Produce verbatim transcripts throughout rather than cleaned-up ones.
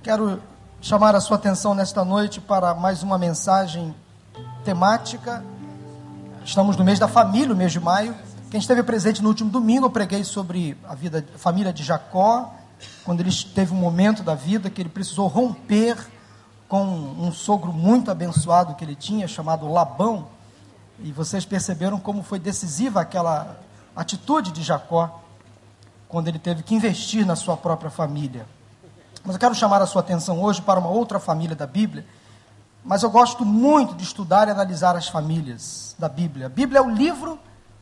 Quero chamar a sua atenção nesta noite para mais uma mensagem temática. Estamos no mês da família, o mês de maio. Quem esteve presente no último domingo, eu preguei sobre a vida, a família de Jacó, quando ele teve um momento da vida que ele precisou romper com um sogro muito abençoado que ele tinha, chamado Labão. E vocês perceberam como foi decisiva aquela atitude de Jacó, quando ele teve que investir na sua própria família. Mas eu quero chamar a sua atenção hoje para uma outra família da Bíblia, mas eu gosto muito de estudar e analisar as famílias da Bíblia. A Bíblia é o livro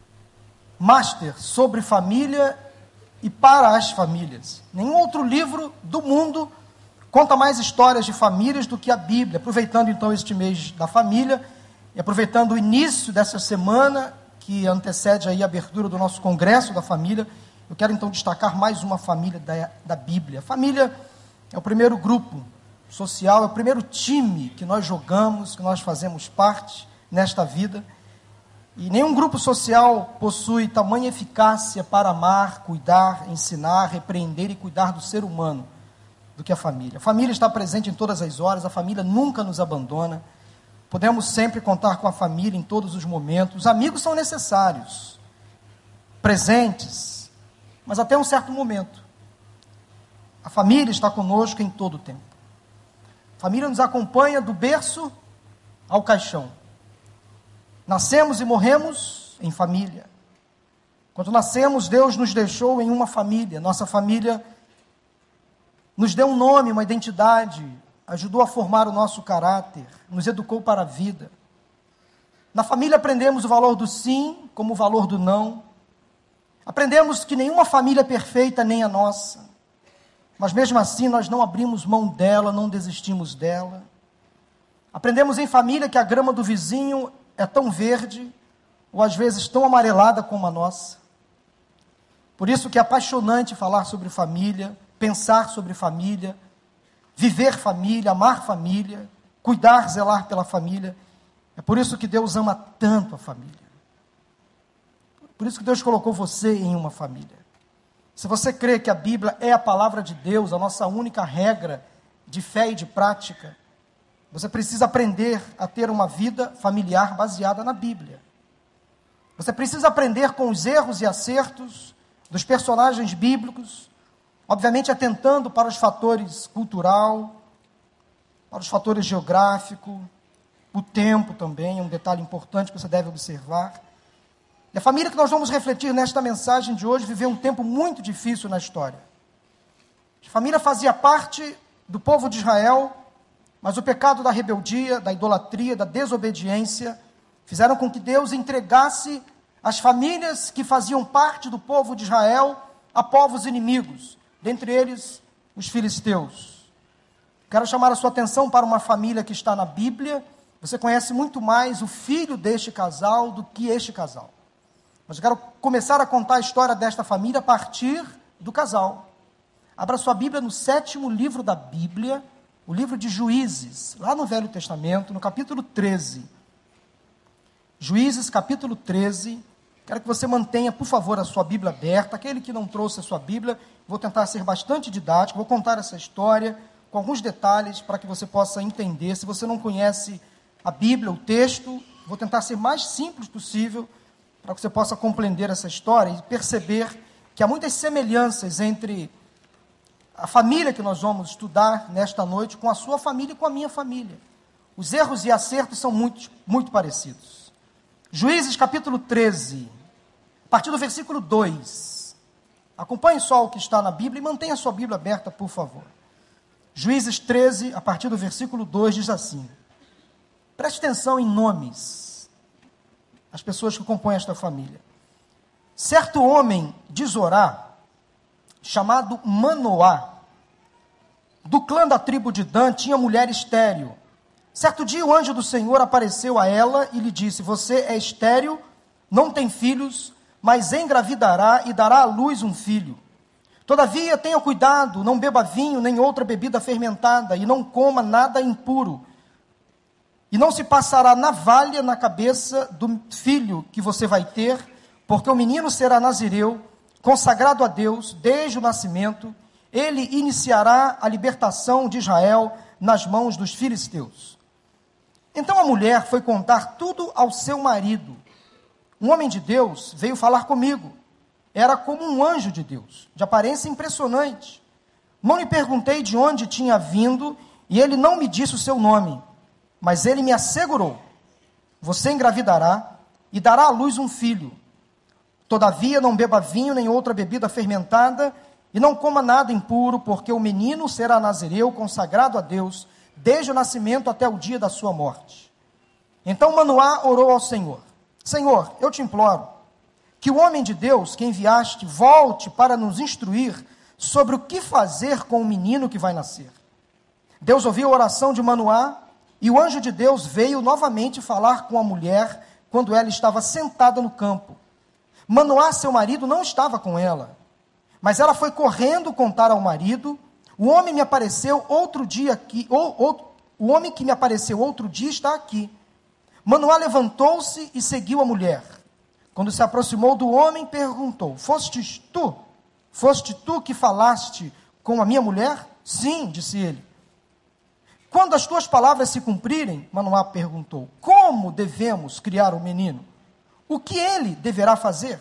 master sobre família e para as famílias. Nenhum outro livro do mundo conta mais histórias de famílias do que a Bíblia. Aproveitando então este mês da família e aproveitando o início dessa semana que antecede aí a abertura do nosso Congresso da Família, eu quero então destacar mais uma família da, da Bíblia. A família é o primeiro grupo social, é o primeiro time que nós jogamos, que nós fazemos parte nesta vida. E nenhum grupo social possui tamanha eficácia para amar, cuidar, ensinar, repreender e cuidar do ser humano do que a família. A família está presente em todas as horas, a família nunca nos abandona. Podemos sempre contar com a família em todos os momentos. Os amigos são necessários, presentes, mas até um certo momento. A família está conosco em todo o tempo. A família nos acompanha do berço ao caixão. Nascemos e morremos em família. Quando nascemos, Deus nos deixou em uma família. Nossa família nos deu um nome, uma identidade, ajudou a formar o nosso caráter, nos educou para a vida. Na família aprendemos o valor do sim, como o valor do não. Aprendemos que nenhuma família é perfeita, nem a nossa. Mas mesmo assim nós não abrimos mão dela, não desistimos dela. Aprendemos em família que a grama do vizinho é tão verde, ou às vezes tão amarelada como a nossa. Por isso que é apaixonante falar sobre família, pensar sobre família, viver família, amar família, cuidar, zelar pela família. É por isso que Deus ama tanto a família. Por isso que Deus colocou você em uma família. Se você crê que a Bíblia é a palavra de Deus, a nossa única regra de fé e de prática, você precisa aprender a ter uma vida familiar baseada na Bíblia. Você precisa aprender com os erros e acertos dos personagens bíblicos, obviamente atentando para os fatores cultural, para os fatores geográficos, o tempo também é um detalhe importante que você deve observar. E a família que nós vamos refletir nesta mensagem de hoje viveu um tempo muito difícil na história. A família fazia parte do povo de Israel, mas o pecado da rebeldia, da idolatria, da desobediência, fizeram com que Deus entregasse as famílias que faziam parte do povo de Israel a povos inimigos, dentre eles os filisteus. Quero chamar a sua atenção para uma família que está na Bíblia. Você conhece muito mais o filho deste casal do que este casal. Mas eu quero começar a contar a história desta família a partir do casal. Abra sua Bíblia no sétimo livro da Bíblia, o livro de Juízes, lá no Velho Testamento, no capítulo treze. Juízes, capítulo treze. Quero que você mantenha, por favor, a sua Bíblia aberta. Aquele que não trouxe a sua Bíblia, vou tentar ser bastante didático, vou contar essa história com alguns detalhes para que você possa entender. Se você não conhece a Bíblia, o texto, vou tentar ser mais simples possível para que você possa compreender essa história e perceber que há muitas semelhanças entre a família que nós vamos estudar nesta noite com a sua família e com a minha família. Os erros e acertos são muito, muito parecidos. Juízes capítulo treze, a partir do versículo dois. Acompanhe só o que está na Bíblia e mantenha a sua Bíblia aberta, por favor. Juízes treze, a partir do versículo dois, diz assim. Preste atenção em nomes. As pessoas que compõem esta família. Certo homem de Zorá, chamado Manoá, do clã da tribo de Dan, tinha mulher estéril. Certo dia o anjo do Senhor apareceu a ela e lhe disse, você é estéril, não tem filhos, mas engravidará e dará à luz um filho. Todavia tenha cuidado, não beba vinho nem outra bebida fermentada e não coma nada impuro. E não se passará navalha na cabeça do filho que você vai ter, porque o menino será nazireu, consagrado a Deus desde o nascimento, ele iniciará a libertação de Israel nas mãos dos filisteus. Então a mulher foi contar tudo ao seu marido. Um homem de Deus veio falar comigo. Era como um anjo de Deus, de aparência impressionante. Não lhe perguntei de onde tinha vindo, e ele não me disse o seu nome. Mas ele me assegurou: você engravidará e dará à luz um filho. Todavia não beba vinho nem outra bebida fermentada, e não coma nada impuro, porque o menino será nazireu, consagrado a Deus, desde o nascimento até o dia da sua morte. Então Manoá orou ao Senhor: Senhor, eu te imploro, que o homem de Deus que enviaste volte para nos instruir sobre o que fazer com o menino que vai nascer. Deus ouviu a oração de Manoá, e o anjo de Deus veio novamente falar com a mulher, quando ela estava sentada no campo. Manoá, seu marido, não estava com ela, mas ela foi correndo contar ao marido: o homem me apareceu outro dia aqui, ou, ou, o homem que me apareceu outro dia está aqui. Manoá levantou-se e seguiu a mulher. Quando se aproximou do homem, perguntou: Fostes tu? Foste tu que falaste com a minha mulher? Sim, disse ele. Quando as tuas palavras se cumprirem, Manoá perguntou: como devemos criar o menino? O que ele deverá fazer?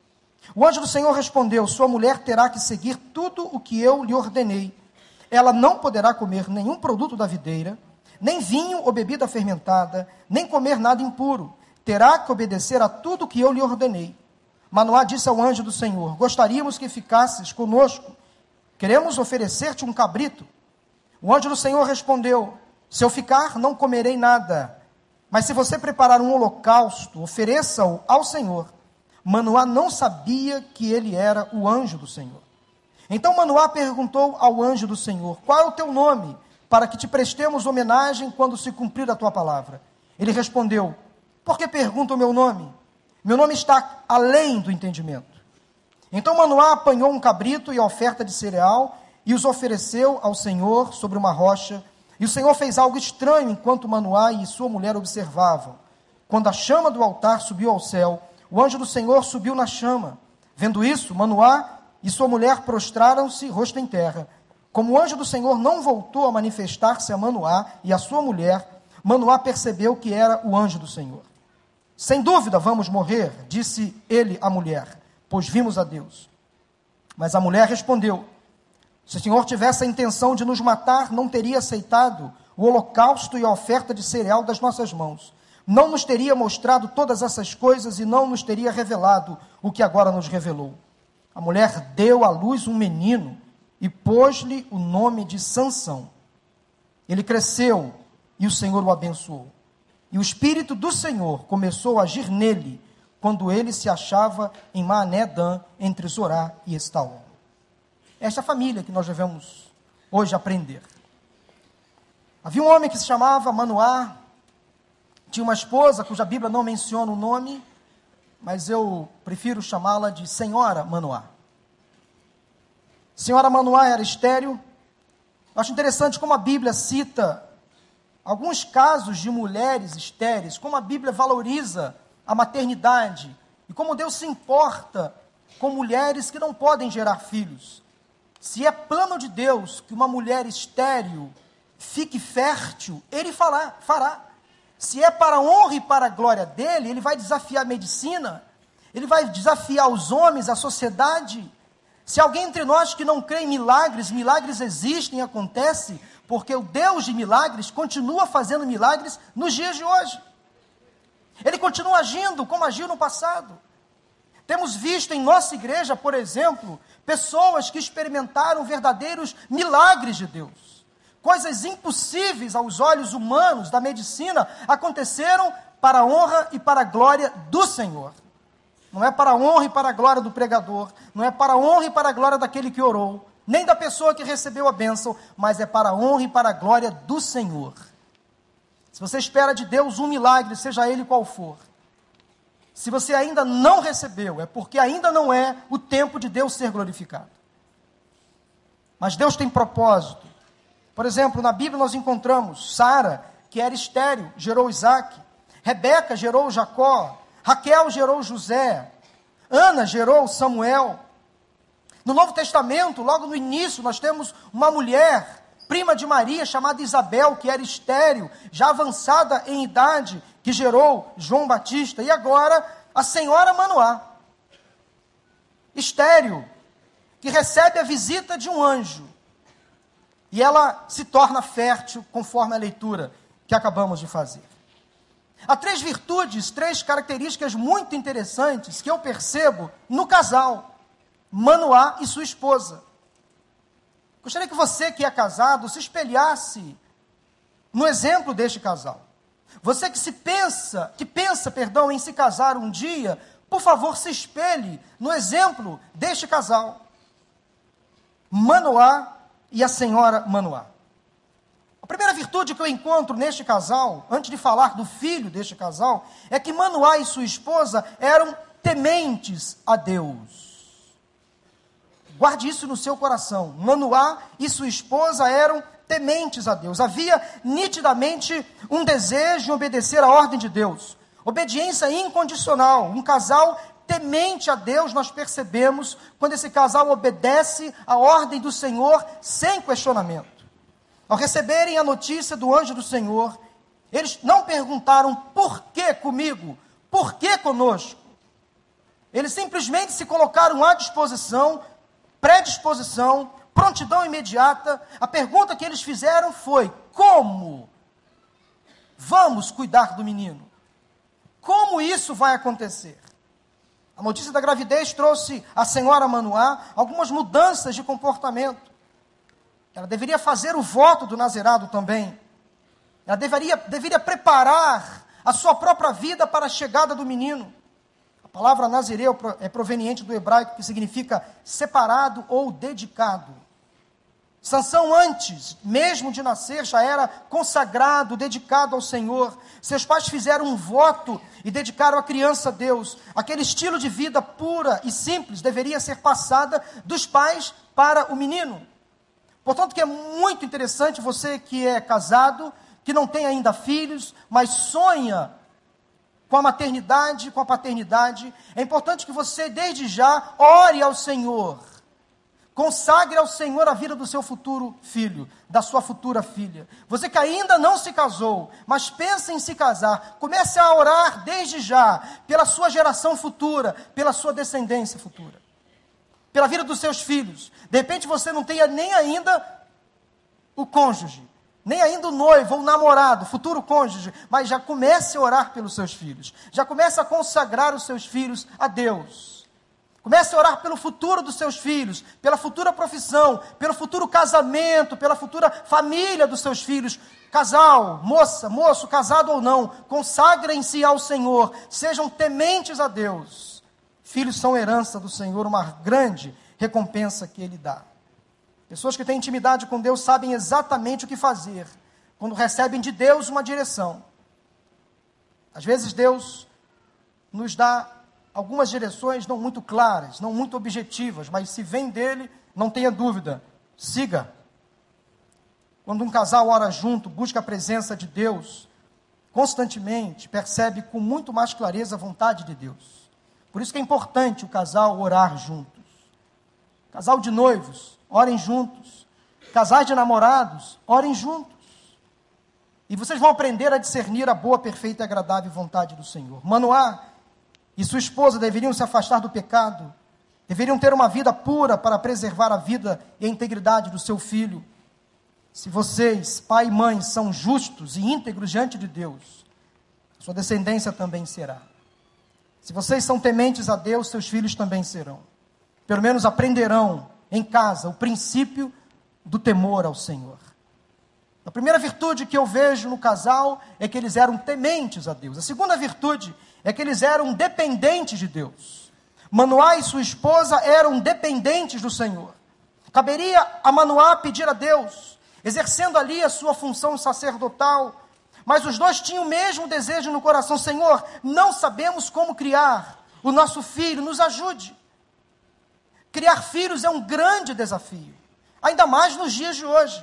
O anjo do Senhor respondeu: sua mulher terá que seguir tudo o que eu lhe ordenei. Ela não poderá comer nenhum produto da videira, nem vinho ou bebida fermentada, nem comer nada impuro. Terá que obedecer a tudo o que eu lhe ordenei. Manoá disse ao anjo do Senhor: gostaríamos que ficasses conosco. Queremos oferecer-te um cabrito. O anjo do Senhor respondeu: se eu ficar, não comerei nada. Mas se você preparar um holocausto, ofereça-o ao Senhor. Manoá não sabia que ele era o anjo do Senhor. Então Manoá perguntou ao anjo do Senhor: qual é o teu nome, para que te prestemos homenagem quando se cumprir a tua palavra? Ele respondeu: por que pergunta o meu nome? Meu nome está além do entendimento. Então Manoá apanhou um cabrito e a oferta de cereal e os ofereceu ao Senhor sobre uma rocha. E o Senhor fez algo estranho enquanto Manoá e sua mulher observavam. Quando a chama do altar subiu ao céu, o anjo do Senhor subiu na chama. Vendo isso, Manoá e sua mulher prostraram-se, rosto em terra. Como o anjo do Senhor não voltou a manifestar-se a Manoá e a sua mulher, Manoá percebeu que era o anjo do Senhor. Sem dúvida vamos morrer, disse ele à mulher, pois vimos a Deus. Mas a mulher respondeu: se o Senhor tivesse a intenção de nos matar, não teria aceitado o holocausto e a oferta de cereal das nossas mãos. Não nos teria mostrado todas essas coisas e não nos teria revelado o que agora nos revelou. A mulher deu à luz um menino e pôs-lhe o nome de Sansão. Ele cresceu e o Senhor o abençoou. E o Espírito do Senhor começou a agir nele, quando ele se achava em Maanedã, entre Zorá e Estaol. Esta família que nós devemos hoje aprender. Havia um homem que se chamava Manoá, tinha uma esposa cuja Bíblia não menciona o nome, mas eu prefiro chamá-la de Senhora Manoá. Senhora Manoá era estéril. Eu acho interessante como a Bíblia cita alguns casos de mulheres estéreis, como a Bíblia valoriza a maternidade e como Deus se importa com mulheres que não podem gerar filhos. Se é plano de Deus que uma mulher estéril fique fértil, Ele fará, fará. Se é para a honra e para a glória dEle, Ele vai desafiar a medicina, Ele vai desafiar os homens, a sociedade. Se alguém entre nós que não crê em milagres, milagres existem e acontecem, porque o Deus de milagres continua fazendo milagres nos dias de hoje. Ele continua agindo como agiu no passado. Temos visto em nossa igreja, por exemplo, pessoas que experimentaram verdadeiros milagres de Deus. Coisas impossíveis aos olhos humanos da medicina aconteceram para a honra e para a glória do Senhor. Não é para a honra e para a glória do pregador, não é para a honra e para a glória daquele que orou, nem da pessoa que recebeu a bênção, mas é para a honra e para a glória do Senhor. Se você espera de Deus um milagre, seja ele qual for, se você ainda não recebeu, é porque ainda não é o tempo de Deus ser glorificado. Mas Deus tem propósito. Por exemplo, na Bíblia nós encontramos Sara, que era estéril, gerou Isaac. Rebeca gerou Jacó. Raquel gerou José. Ana gerou Samuel. No Novo Testamento, logo no início, nós temos uma mulher, prima de Maria, chamada Isabel, que era estéril, já avançada em idade, que gerou João Batista. E agora, a senhora Manoá, estéril, que recebe a visita de um anjo. E ela se torna fértil, conforme a leitura que acabamos de fazer. Há três virtudes, três características muito interessantes que eu percebo no casal Manoá e sua esposa. Gostaria que você que é casado se espelhasse no exemplo deste casal. Você que se pensa, que pensa, perdão, em se casar um dia, por favor, se espelhe no exemplo deste casal. Manoá e a senhora Manoá. A primeira virtude que eu encontro neste casal, antes de falar do filho deste casal, é que Manoá e sua esposa eram tementes a Deus. Guarde isso no seu coração. Manoá e sua esposa eram tementes a Deus. Havia nitidamente um desejo de obedecer à ordem de Deus. Obediência incondicional. Um casal temente a Deus, nós percebemos quando esse casal obedece à ordem do Senhor sem questionamento. Ao receberem a notícia do anjo do Senhor, eles não perguntaram por que comigo, por que conosco. Eles simplesmente se colocaram à disposição, predisposição, prontidão imediata. A pergunta que eles fizeram foi: como vamos cuidar do menino? Como isso vai acontecer? A notícia da gravidez trouxe à senhora Manoá algumas mudanças de comportamento. Ela deveria fazer o voto do nazirado também. Ela deveria, deveria preparar a sua própria vida para a chegada do menino. A palavra nazireu é proveniente do hebraico, que significa separado ou dedicado. Sansão, antes mesmo de nascer, já era consagrado, dedicado ao Senhor. Seus pais fizeram um voto e dedicaram a criança a Deus. Aquele estilo de vida pura e simples deveria ser passada dos pais para o menino. Portanto, que é muito interessante você que é casado, que não tem ainda filhos, mas sonha com a maternidade, com a paternidade. É importante que você, desde já, ore ao Senhor. Consagre ao Senhor a vida do seu futuro filho, da sua futura filha. Você que ainda não se casou, mas pensa em se casar, comece a orar desde já, pela sua geração futura, pela sua descendência futura, pela vida dos seus filhos. De repente você não tenha nem ainda o cônjuge, nem ainda o noivo ou o namorado, futuro cônjuge, mas já comece a orar pelos seus filhos, já comece a consagrar os seus filhos a Deus. Comece a orar pelo futuro dos seus filhos, pela futura profissão, pelo futuro casamento, pela futura família dos seus filhos. Casal, moça, moço, casado ou não, consagrem-se ao Senhor, sejam tementes a Deus. Filhos são herança do Senhor, uma grande recompensa que Ele dá. Pessoas que têm intimidade com Deus sabem exatamente o que fazer quando recebem de Deus uma direção. Às vezes Deus nos dá algumas direções não muito claras, não muito objetivas, mas se vem dele, não tenha dúvida, siga. Quando um casal ora junto, busca a presença de Deus, constantemente, percebe com muito mais clareza a vontade de Deus. Por isso que é importante o casal orar juntos. Casal de noivos, orem juntos. Casais de namorados, orem juntos. E vocês vão aprender a discernir a boa, perfeita e agradável vontade do Senhor. Manoá e sua esposa deveriam se afastar do pecado, deveriam ter uma vida pura para preservar a vida e a integridade do seu filho. Se vocês, pai e mãe, são justos e íntegros diante de Deus, sua descendência também será. Se vocês são tementes a Deus, seus filhos também serão. Pelo menos aprenderão em casa o princípio do temor ao Senhor. A primeira virtude que eu vejo no casal é que eles eram tementes a Deus. A segunda virtude é que eles eram dependentes de Deus. Manoá e sua esposa eram dependentes do Senhor. Caberia a Manoá pedir a Deus, exercendo ali a sua função sacerdotal, mas os dois tinham o mesmo desejo no coração: Senhor, não sabemos como criar o nosso filho, nos ajude. Criar filhos é um grande desafio, ainda mais nos dias de hoje.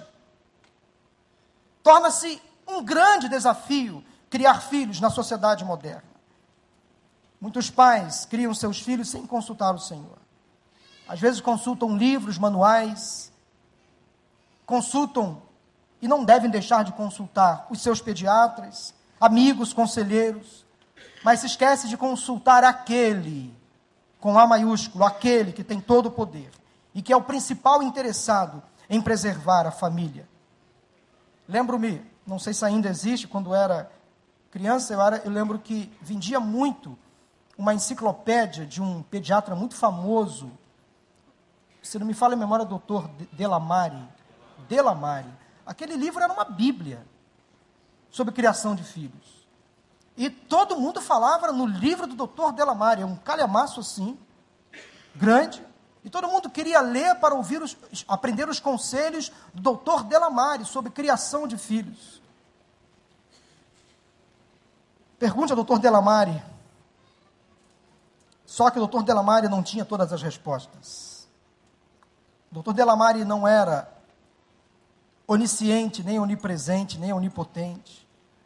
Torna-se um grande desafio criar filhos na sociedade moderna. Muitos pais criam seus filhos sem consultar o Senhor. às vezes consultam livros, manuais, consultam e não devem deixar de consultar os seus pediatras, amigos, conselheiros, mas se esquece de consultar aquele, com A maiúsculo, aquele que tem todo o poder e que é o principal interessado em preservar a família. Lembro-me, não sei se ainda existe, quando era criança, eu, era, eu lembro que vendia muito uma enciclopédia de um pediatra muito famoso, se não me falha a memória, doutor Delamare, Delamare. Aquele livro era uma bíblia sobre criação de filhos. E todo mundo falava no livro do doutor Delamare, um calhamaço assim, grande, e todo mundo queria ler para ouvir os, aprender os conselhos do doutor Delamare sobre criação de filhos. Pergunte ao doutor Delamare. Só que o doutor Delamare não tinha todas as respostas. O doutor Delamare não era onisciente, nem onipresente, nem onipotente.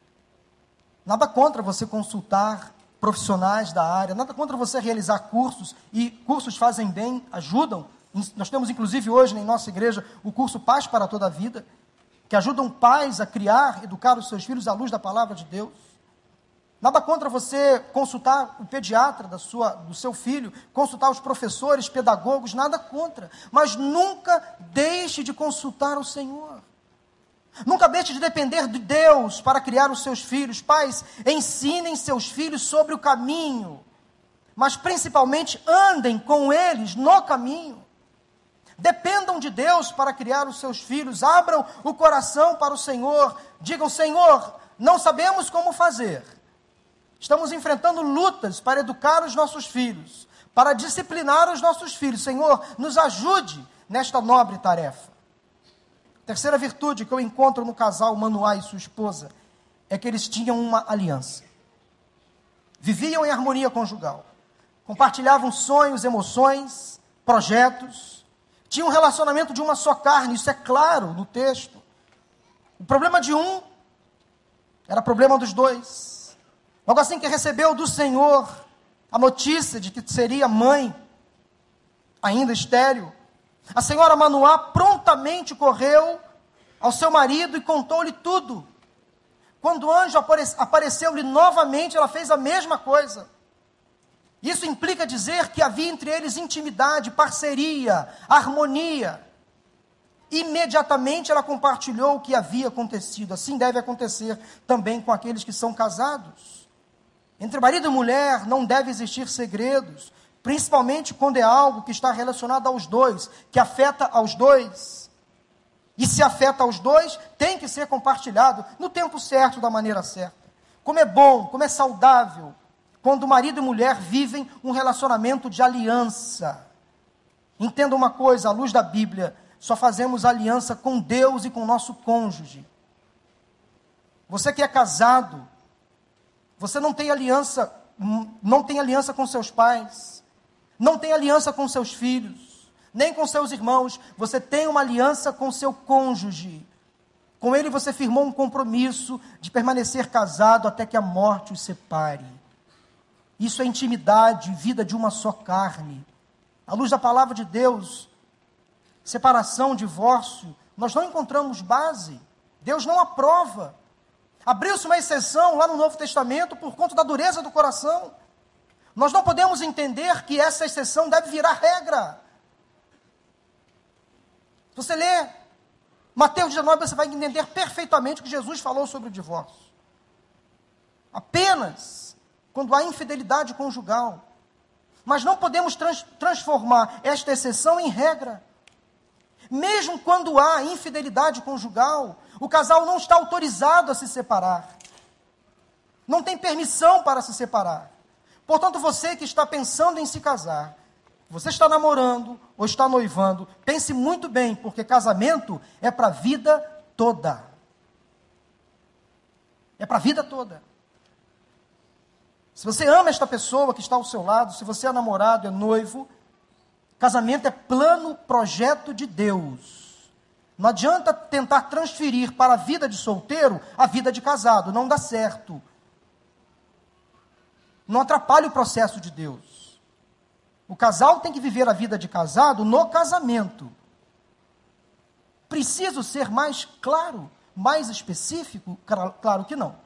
Nada contra você consultar profissionais da área, nada contra você realizar cursos, e cursos fazem bem, ajudam. Nós temos, inclusive, hoje, em nossa igreja, o curso Paz para Toda a Vida, que ajudam pais a criar, educar os seus filhos à luz da palavra de Deus. Nada contra você consultar o pediatra da sua, do seu filho, consultar os professores, pedagogos, nada contra. Mas nunca deixe de consultar o Senhor. Nunca deixe de depender de Deus para criar os seus filhos. Pais, ensinem seus filhos sobre o caminho, mas principalmente andem com eles no caminho. Dependam de Deus para criar os seus filhos. Abram o coração para o Senhor. Digam: Senhor, não sabemos como fazer. Estamos enfrentando lutas para educar os nossos filhos, para disciplinar os nossos filhos. Senhor, nos ajude nesta nobre tarefa. Terceira virtude que eu encontro no casal Manoá e sua esposa é que eles tinham uma aliança. Viviam em harmonia conjugal. Compartilhavam sonhos, emoções, projetos. Tinham um relacionamento de uma só carne, isso é claro no texto. O problema de um era problema dos dois. Logo assim que recebeu do Senhor a notícia de que seria mãe, ainda estéril, a senhora Manoá prontamente correu ao seu marido e contou-lhe tudo. Quando o anjo apare- apareceu-lhe novamente, ela fez a mesma coisa. Isso implica dizer que havia entre eles intimidade, parceria, harmonia. Imediatamente ela compartilhou o que havia acontecido. Assim deve acontecer também com aqueles que são casados. Entre marido e mulher não deve existir segredos, principalmente quando é algo que está relacionado aos dois, que afeta aos dois. E se afeta aos dois, tem que ser compartilhado no tempo certo, da maneira certa. Como é bom, como é saudável, quando marido e mulher vivem um relacionamento de aliança. Entenda uma coisa, à luz da Bíblia, só fazemos aliança com Deus e com o nosso cônjuge. Você que é casado, você não tem aliança, não tem aliança com seus pais, não tem aliança com seus filhos, nem com seus irmãos. Você tem uma aliança com seu cônjuge. Com ele você firmou um compromisso de permanecer casado até que a morte os separe. Isso é intimidade, vida de uma só carne. À luz da palavra de Deus, separação, divórcio, nós não encontramos base. Deus não aprova. Abriu-se uma exceção lá no Novo Testamento por conta da dureza do coração. Nós não podemos entender que essa exceção deve virar regra. Se você lê Mateus dezenove, você vai entender perfeitamente o que Jesus falou sobre o divórcio. Apenas quando há infidelidade conjugal. Mas não podemos trans, transformar esta exceção em regra. Mesmo quando há infidelidade conjugal, o casal não está autorizado a se separar. Não tem permissão para se separar. Portanto, você que está pensando em se casar, você está namorando ou está noivando, pense muito bem, porque casamento é para a vida toda. É para a vida toda. Se você ama esta pessoa que está ao seu lado, se você é namorado, é noivo, casamento é plano, projeto de Deus. Não adianta tentar transferir para a vida de solteiro a vida de casado, não dá certo. Não atrapalhe o processo de Deus. O casal tem que viver a vida de casado no casamento. Preciso ser mais claro, mais específico? Claro que não.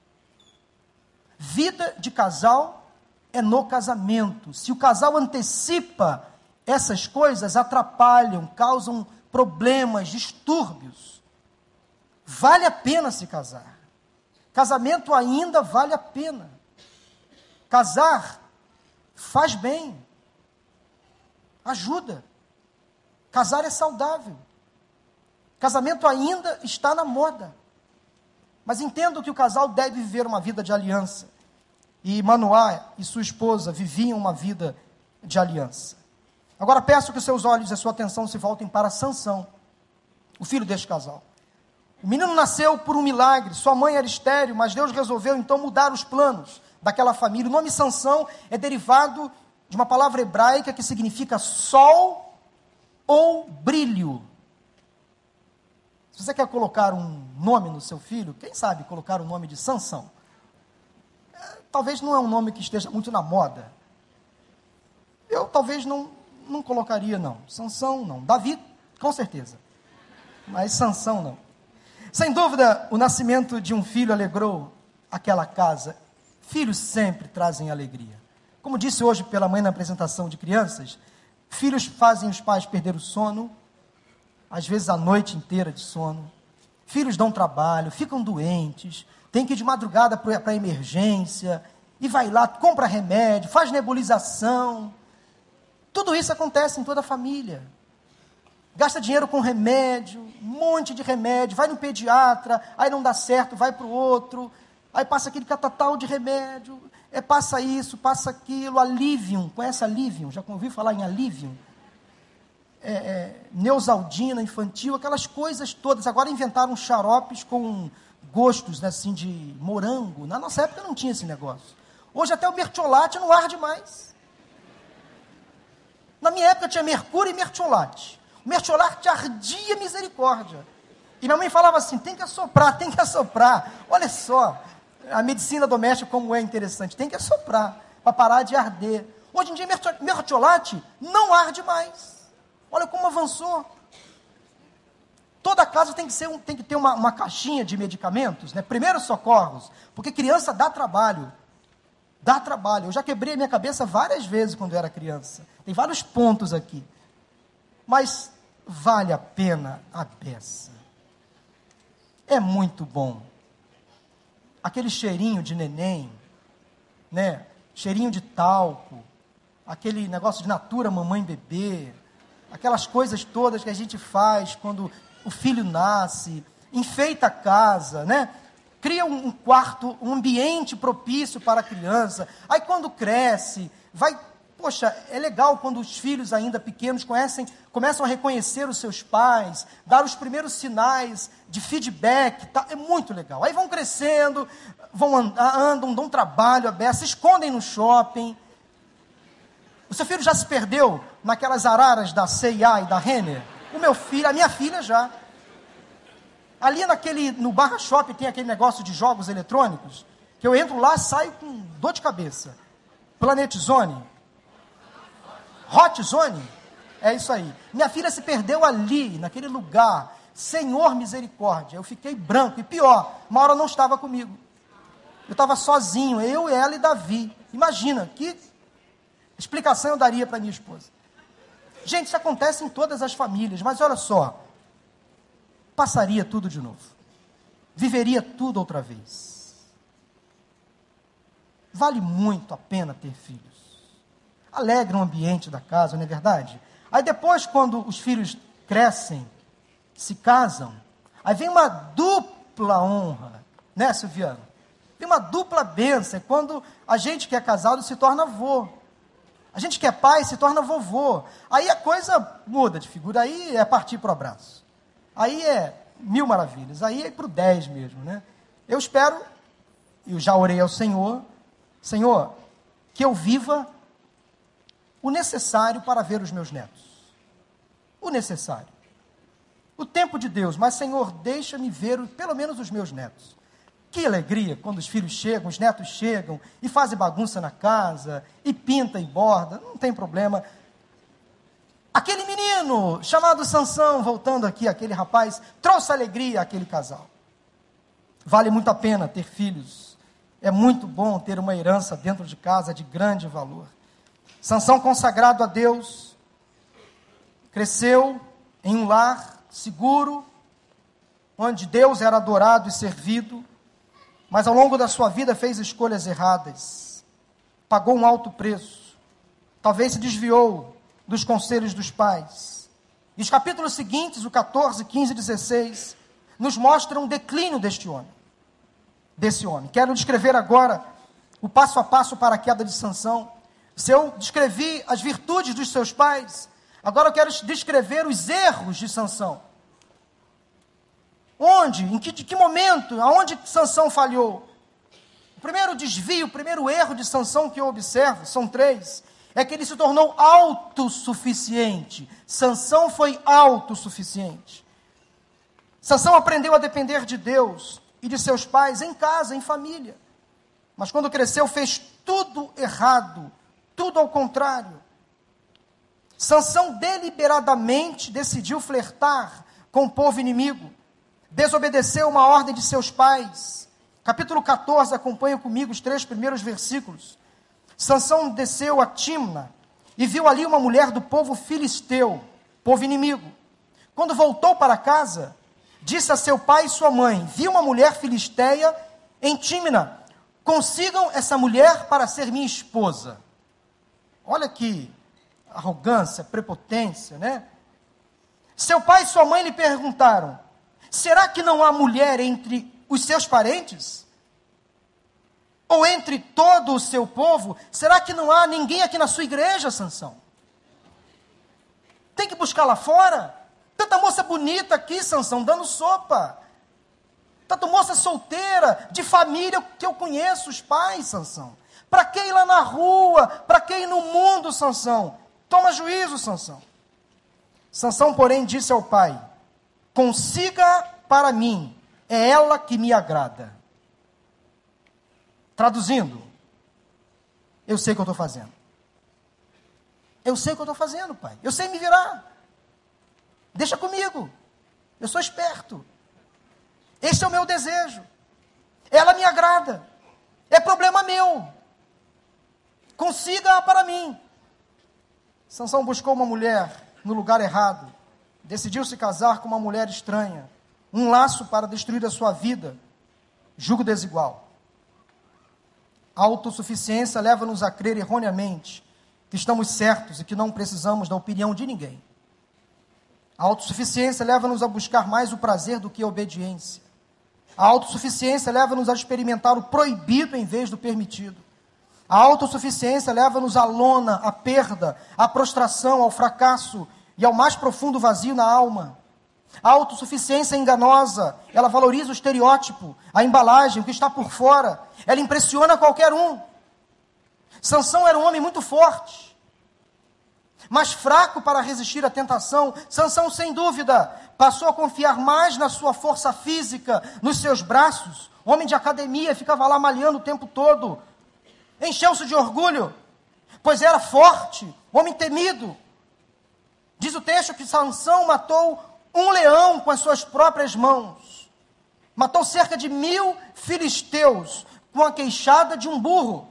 Vida de casal é no casamento. Se o casal antecipa essas coisas, atrapalham, causam problemas, distúrbios. Vale a pena se casar. Casamento ainda vale a pena. Casar faz bem. Ajuda. Casar é saudável. Casamento ainda está na moda. Mas entendo que o casal deve viver uma vida de aliança. E Manoá e sua esposa viviam uma vida de aliança. Agora peço que os seus olhos e a sua atenção se voltem para Sansão, o filho deste casal. O menino nasceu por um milagre, sua mãe era estéril, mas Deus resolveu então mudar os planos daquela família. O nome Sansão é derivado de uma palavra hebraica que significa sol ou brilho. Se você quer colocar um nome no seu filho, quem sabe colocar o nome de Sansão? É, talvez não é um nome que esteja muito na moda. Eu talvez não, não colocaria não. Sansão não. Davi, com certeza. Mas Sansão não. Sem dúvida, o nascimento de um filho alegrou aquela casa. Filhos sempre trazem alegria. Como disse hoje pela manhã na apresentação de crianças, filhos fazem os pais perder o sono, às vezes a noite inteira de sono. Filhos dão trabalho, ficam doentes, tem que ir de madrugada para a emergência, e vai lá, compra remédio, faz nebulização. Tudo isso acontece em toda a família. Gasta dinheiro com remédio, um monte de remédio, vai no pediatra, aí não dá certo, vai para o outro, aí passa aquele catatal de remédio, é, passa isso, passa aquilo, Alivium, conhece Alivium? Já ouviu falar em Alivium? É, é, Neosaldina, infantil, aquelas coisas todas. Agora inventaram xaropes com gostos, né, assim, de morango. Na nossa época não tinha esse negócio. Hoje até o mertiolate não arde mais. Na minha época tinha mercúrio e mertiolate. O mertiolate ardia misericórdia. E minha mãe falava assim, tem que assoprar, tem que assoprar. Olha só, a medicina doméstica como é interessante. Tem que assoprar, para parar de arder. Hoje em dia, mertiolate não arde mais. Olha como avançou. Toda casa tem que, ser um, tem que ter uma, uma caixinha de medicamentos, né? Primeiros socorros, porque criança dá trabalho. Dá trabalho. Eu já quebrei a minha cabeça várias vezes quando eu era criança. Tem vários pontos aqui. Mas vale a pena a beça. É muito bom. Aquele cheirinho de neném, né? Cheirinho de talco, aquele negócio de natura mamãe bebê, aquelas coisas todas que a gente faz quando o filho nasce, enfeita a casa, né? Cria um quarto, um ambiente propício para a criança. Aí quando cresce, vai... Poxa, é legal quando os filhos ainda pequenos conhecem, começam a reconhecer os seus pais, dar os primeiros sinais de feedback, tá? É muito legal. Aí vão crescendo, vão andar, andam, dão trabalho a beça, se escondem no shopping. O seu filho já se perdeu naquelas araras da C e A e da Renner? O meu filho, a minha filha já. Ali naquele, no Barra Shopping tem aquele negócio de jogos eletrônicos, que eu entro lá, saio com dor de cabeça. Planet Zone. Hot Zone, é isso aí. Minha filha se perdeu ali, naquele lugar. Senhor misericórdia, eu fiquei branco. E pior, Maura não estava comigo. Eu estava sozinho, eu, ela e Davi. Imagina, que explicação eu daria para minha esposa? Gente, isso acontece em todas as famílias, mas olha só. Passaria tudo de novo. Viveria tudo outra vez. Vale muito a pena ter filhos. Alegra o ambiente da casa, não é verdade? Aí depois, quando os filhos crescem, se casam, aí vem uma dupla honra, né, Silviano? Vem uma dupla bênção, é quando a gente que é casado se torna avô. A gente que é pai se torna vovô. Aí a coisa muda de figura, aí é partir para o abraço. Aí é mil maravilhas, aí é para o dez mesmo, né? Eu espero, eu já orei ao Senhor, Senhor, que eu viva o necessário para ver os meus netos. O necessário. O tempo de Deus, mas Senhor, deixa-me ver pelo menos os meus netos. Que alegria quando os filhos chegam, os netos chegam e fazem bagunça na casa, e pinta e borda, não tem problema. Aquele menino chamado Sansão, voltando aqui, aquele rapaz, trouxe alegria àquele casal. Vale muito a pena ter filhos. É muito bom ter uma herança dentro de casa de grande valor. Sansão, consagrado a Deus, cresceu em um lar seguro, onde Deus era adorado e servido, mas ao longo da sua vida fez escolhas erradas, pagou um alto preço, talvez se desviou dos conselhos dos pais. E os capítulos seguintes, o catorze, quinze e dezesseis, nos mostram um declínio deste homem, desse homem. Quero descrever agora o passo a passo para a queda de Sansão. Se eu descrevi as virtudes dos seus pais, agora eu quero descrever os erros de Sansão. Onde, em que, de que momento, aonde Sansão falhou? O primeiro desvio, o primeiro erro de Sansão que eu observo, são três, é que ele se tornou autossuficiente. Sansão foi autossuficiente. Sansão aprendeu a depender de Deus e de seus pais em casa, em família. Mas quando cresceu, fez tudo errado, tudo ao contrário. Sansão deliberadamente decidiu flertar com o povo inimigo. Desobedeceu uma ordem de seus pais. Capítulo catorze, acompanha comigo os três primeiros versículos. Sansão desceu a Timna e viu ali uma mulher do povo filisteu, povo inimigo. Quando voltou para casa, disse a seu pai e sua mãe: vi uma mulher filisteia em Timna, consigam essa mulher para ser minha esposa. Olha que arrogância, prepotência, né? Seu pai e sua mãe lhe perguntaram: será que não há mulher entre os seus parentes? Ou entre todo o seu povo? Será que não há ninguém aqui na sua igreja, Sansão? Tem que buscar lá fora? Tanta moça bonita aqui, Sansão, dando sopa. Tanta moça solteira, de família que eu conheço, os pais, Sansão. Para que ir lá na rua? Para que ir no mundo, Sansão? Toma juízo, Sansão. Sansão, porém, disse ao pai: consiga para mim, é ela que me agrada. Traduzindo, eu sei o que eu estou fazendo. Eu sei o que eu estou fazendo, pai. Eu sei me virar. Deixa comigo. Eu sou esperto. Esse é o meu desejo. Ela me agrada. É problema meu. Consiga para mim. Sansão buscou uma mulher no lugar errado. Decidiu se casar com uma mulher estranha. Um laço para destruir a sua vida. Jugo desigual. A autossuficiência leva-nos a crer erroneamente que estamos certos e que não precisamos da opinião de ninguém. A autossuficiência leva-nos a buscar mais o prazer do que a obediência. A autossuficiência leva-nos a experimentar o proibido em vez do permitido. A autossuficiência leva-nos à lona, à perda, à prostração, ao fracasso e ao mais profundo vazio na alma. A autossuficiência é enganosa, ela valoriza o estereótipo, a embalagem, o que está por fora, ela impressiona qualquer um. Sansão era um homem muito forte, mas fraco para resistir à tentação. Sansão, sem dúvida, passou a confiar mais na sua força física, nos seus braços. Homem de academia, ficava lá malhando o tempo todo. Encheu-se de orgulho, pois era forte, homem temido. Diz o texto que Sansão matou um leão com as suas próprias mãos. Matou cerca de mil filisteus com a queixada de um burro.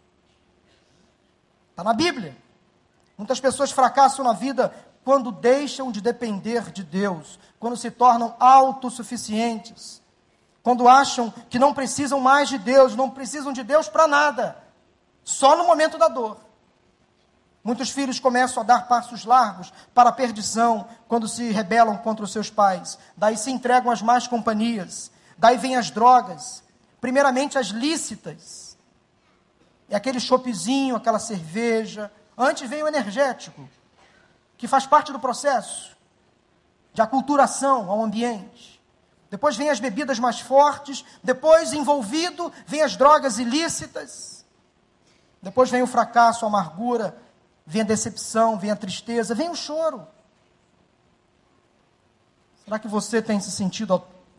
Está na Bíblia. Muitas pessoas fracassam na vida quando deixam de depender de Deus, quando se tornam autossuficientes, quando acham que não precisam mais de Deus, não precisam de Deus para nada, só no momento da dor. Muitos filhos começam a dar passos largos para a perdição quando se rebelam contra os seus pais. Daí se entregam às más companhias. Daí vêm as drogas, primeiramente as lícitas. É aquele chopezinho, aquela cerveja. Antes vem o energético, que faz parte do processo de aculturação ao ambiente. Depois vem as bebidas mais fortes. Depois, envolvido, vem as drogas ilícitas. Depois vem o fracasso, a amargura. Vem a decepção, vem a tristeza, vem o choro. Será que você tem se sentido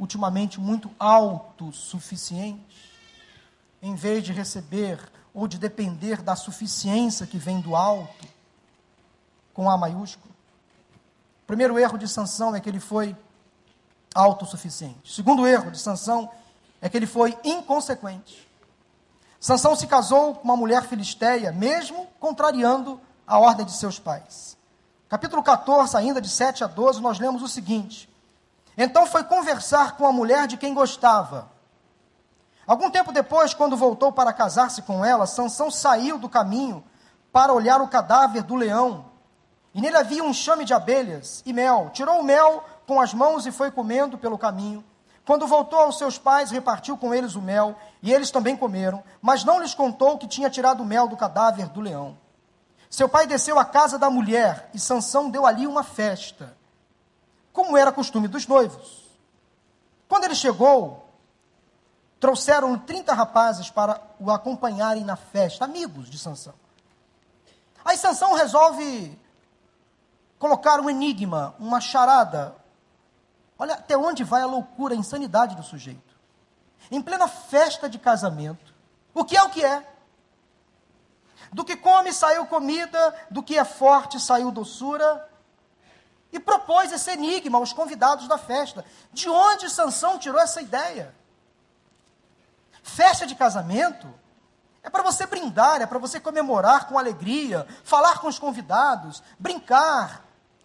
ultimamente muito autossuficiente, em vez de receber ou de depender da suficiência que vem do alto, com A maiúsculo? O primeiro erro de Sansão é que ele foi autossuficiente. O segundo erro de Sansão é que ele foi inconsequente. Sansão se casou com uma mulher filisteia, mesmo contrariando a ordem de seus pais. Capítulo catorze, ainda de sete a doze, nós lemos o seguinte: então foi conversar com a mulher de quem gostava. Algum tempo depois, quando voltou para casar-se com ela, Sansão saiu do caminho para olhar o cadáver do leão. E nele havia um enxame de abelhas e mel. Tirou o mel com as mãos e foi comendo pelo caminho. Quando voltou aos seus pais, repartiu com eles o mel, e eles também comeram, mas não lhes contou que tinha tirado o mel do cadáver do leão. Seu pai desceu à casa da mulher, e Sansão deu ali uma festa, como era costume dos noivos. Quando ele chegou, trouxeram trinta rapazes para o acompanharem na festa, amigos de Sansão. Aí Sansão resolve colocar um enigma, uma charada. Olha até onde vai a loucura, a insanidade do sujeito. Em plena festa de casamento, o que é o que é? Do que come saiu comida, do que é forte saiu doçura. E propôs esse enigma aos convidados da festa. De onde Sansão tirou essa ideia? Festa de casamento é para você brindar, é para você comemorar com alegria, falar com os convidados, brincar,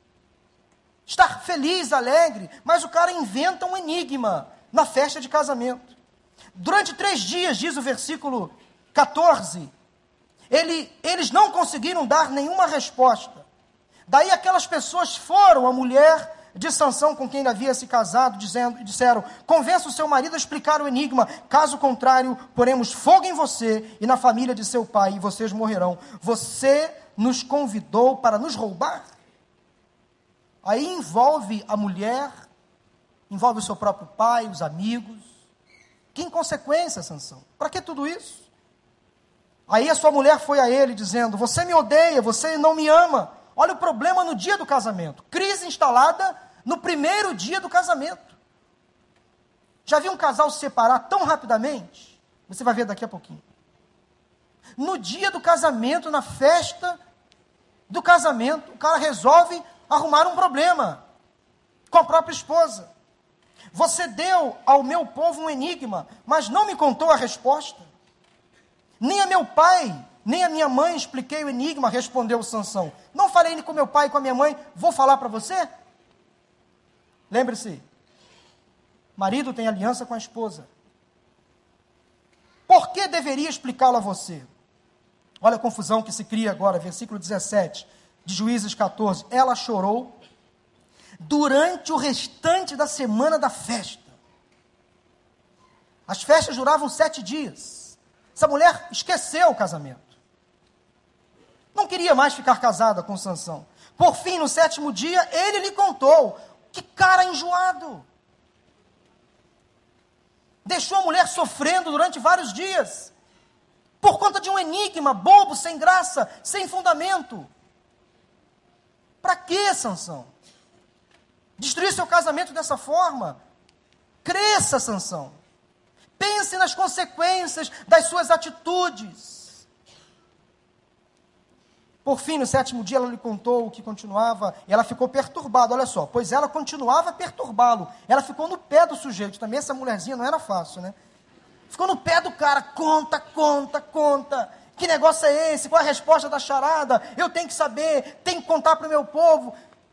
estar feliz, alegre, mas o cara inventa um enigma na festa de casamento. Durante três dias, diz o versículo catorze, ele, eles não conseguiram dar nenhuma resposta. Daí aquelas pessoas foram à mulher de Sansão, com quem ele havia se casado, dizendo, disseram: convença o seu marido a explicar o enigma, caso contrário, poremos fogo em você e na família de seu pai, e vocês morrerão. Você nos convidou para nos roubar? Aí envolve a mulher, envolve o seu próprio pai, os amigos. Que inconsequência, Sansão. Para que tudo isso? Aí a sua mulher foi a ele dizendo: você me odeia, você não me ama. Olha o problema no dia do casamento. Crise instalada no primeiro dia do casamento. Já viu um casal se separar tão rapidamente? Você vai ver daqui a pouquinho. No dia do casamento, na festa do casamento, o cara resolve arrumar um problema com a própria esposa. Você deu ao meu povo um enigma, mas não me contou a resposta. Nem a meu pai, nem a minha mãe expliquei o enigma, respondeu Sansão. Não falei com meu pai e com a minha mãe, vou falar para você? Lembre-se, marido tem aliança com a esposa. Por que deveria explicá-lo a você? Olha a confusão que se cria agora, versículo dezessete de Juízes catorze. Ela chorou durante o restante da semana da festa. As festas duravam sete dias. Essa mulher esqueceu o casamento. Não queria mais ficar casada com Sansão. Por fim, no sétimo dia, ele lhe contou. Que cara enjoado. Deixou a mulher sofrendo durante vários dias. Por conta de um enigma bobo, sem graça, sem fundamento. Para que, Sansão? Destruir seu casamento dessa forma? Cresça, Sansão. Pense nas consequências das suas atitudes. Por fim, no sétimo dia, ela lhe contou o que continuava, e ela ficou perturbada, olha só, pois ela continuava a perturbá-lo. Ela ficou no pé do sujeito, também essa mulherzinha não era fácil, né? Ficou no pé do cara, conta, conta, conta. Que negócio é esse? Qual é a resposta da charada? Eu tenho que saber, tenho que contar para o meu povo.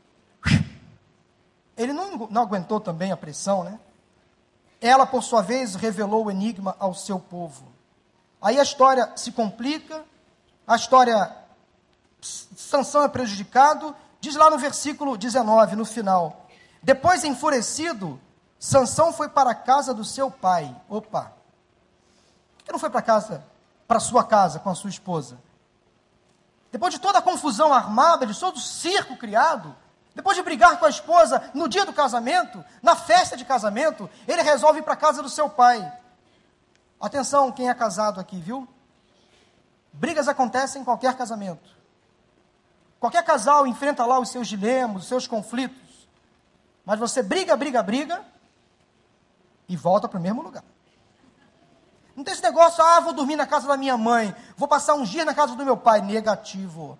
Ele não, não aguentou também a pressão, né? Ela, por sua vez, revelou o enigma ao seu povo. Aí a história se complica, a história, Sansão é prejudicado, diz lá no versículo dezenove, no final. Depois, enfurecido, Sansão foi para a casa do seu pai. Opa! Por que não foi para casa, para sua casa com a sua esposa? Depois de toda a confusão armada, de todo o circo criado, depois de brigar com a esposa no dia do casamento, na festa de casamento, ele resolve ir para a casa do seu pai. Atenção, quem é casado aqui, viu? Brigas acontecem em qualquer casamento. Qualquer casal enfrenta lá os seus dilemas, os seus conflitos. Mas você briga, briga, briga, e volta para o mesmo lugar. Não tem esse negócio, ah, vou dormir na casa da minha mãe, vou passar uns dias na casa do meu pai. Negativo.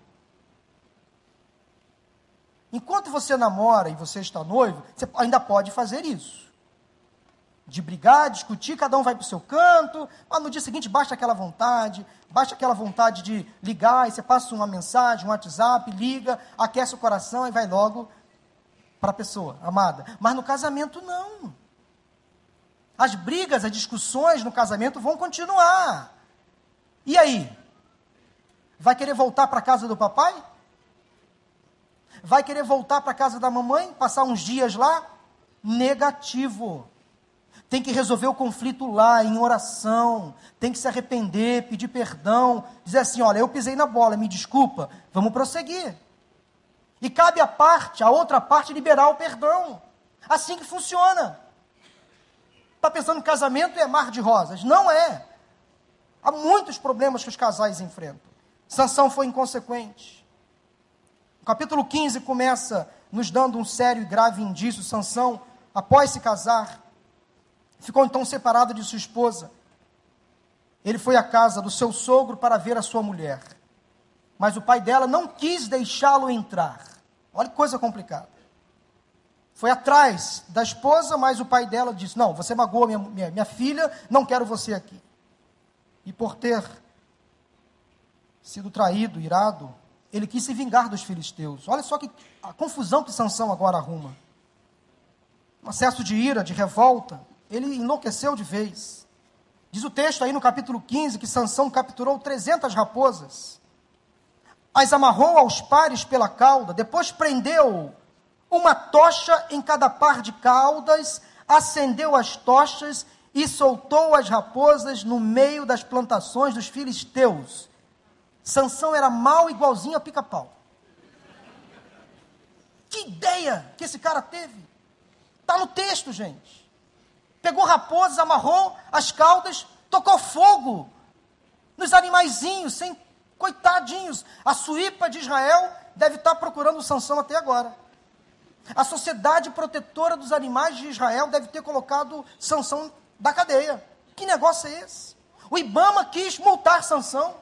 Enquanto você namora e você está noivo, você ainda pode fazer isso. De brigar, discutir, cada um vai para o seu canto, mas no dia seguinte baixa aquela vontade, baixa aquela vontade de ligar, e você passa uma mensagem, um WhatsApp, liga, aquece o coração e vai logo para a pessoa amada. Mas no casamento não. As brigas, as discussões no casamento vão continuar. E aí? Vai querer voltar para a casa do papai? Vai querer voltar para a casa da mamãe? Passar uns dias lá? Negativo. Tem que resolver o conflito lá, em oração. Tem que se arrepender, pedir perdão. Dizer assim, olha, eu pisei na bola, me desculpa. Vamos prosseguir. E cabe a parte, a outra parte, liberar o perdão. Assim que funciona. Está pensando que casamento é mar de rosas? Não é. Há muitos problemas que os casais enfrentam. Sansão foi inconsequente. O capítulo quinze começa nos dando um sério e grave indício. Sansão, após se casar, ficou então separado de sua esposa. Ele foi à casa do seu sogro para ver a sua mulher. Mas o pai dela não quis deixá-lo entrar. Olha que coisa complicada. Foi atrás da esposa, mas o pai dela disse, não, você magoou minha, minha, minha filha, não quero você aqui. E por ter sido traído, irado, ele quis se vingar dos filisteus. Olha só que a confusão que Sansão agora arruma. Um acesso de ira, de revolta, ele enlouqueceu de vez. Diz o texto aí no capítulo quinze que Sansão capturou trezentas raposas, as amarrou aos pares pela cauda, depois prendeu uma tocha em cada par de caudas, acendeu as tochas e soltou as raposas no meio das plantações dos filisteus. Sansão era mau igualzinho a pica-pau. Que ideia que esse cara teve! Está no texto, gente. Pegou raposas, amarrou as caudas, tocou fogo nos animaizinhos, sem coitadinhos. A suípa de Israel deve estar procurando Sansão até agora. A sociedade protetora dos animais de Israel deve ter colocado Sansão da cadeia. Que negócio é esse? O Ibama quis multar Sansão.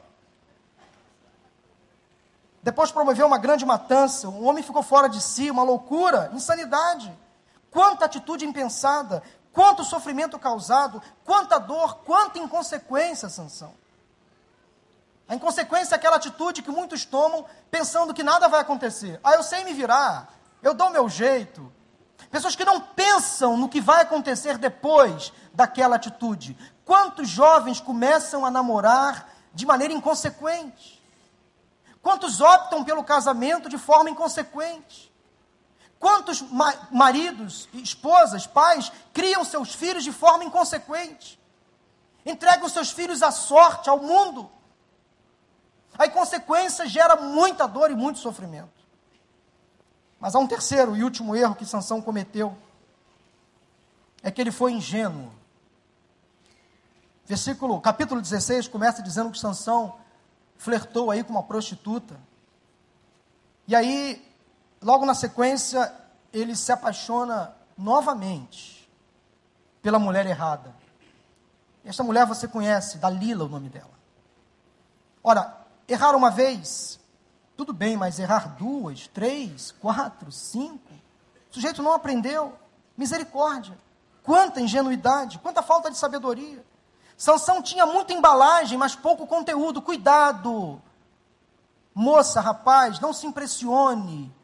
Depois promoveu uma grande matança. O homem ficou fora de si, uma loucura, insanidade. Quanta atitude impensada, quanto sofrimento causado, quanta dor, quanta inconsequência, Sansão. A inconsequência é aquela atitude que muitos tomam pensando que nada vai acontecer. Ah, eu sei me virar. Eu dou o meu jeito. Pessoas que não pensam no que vai acontecer depois daquela atitude. Quantos jovens começam a namorar de maneira inconsequente? Quantos optam pelo casamento de forma inconsequente? Quantos ma- maridos, esposas, pais, criam seus filhos de forma inconsequente? Entregam seus filhos à sorte, ao mundo. A inconsequência gera muita dor e muito sofrimento. Mas há um terceiro e último erro que Sansão cometeu, é que ele foi ingênuo. Versículo, capítulo dezesseis começa dizendo que Sansão flertou aí com uma prostituta. E aí, logo na sequência, ele se apaixona novamente pela mulher errada. Esta mulher você conhece, Dalila, o nome dela. Ora, errar uma vez, tudo bem, mas errar duas, três, quatro, cinco, o sujeito não aprendeu. Misericórdia, quanta ingenuidade, quanta falta de sabedoria. Sansão tinha muita embalagem, mas pouco conteúdo. Cuidado, moça, rapaz, não se impressione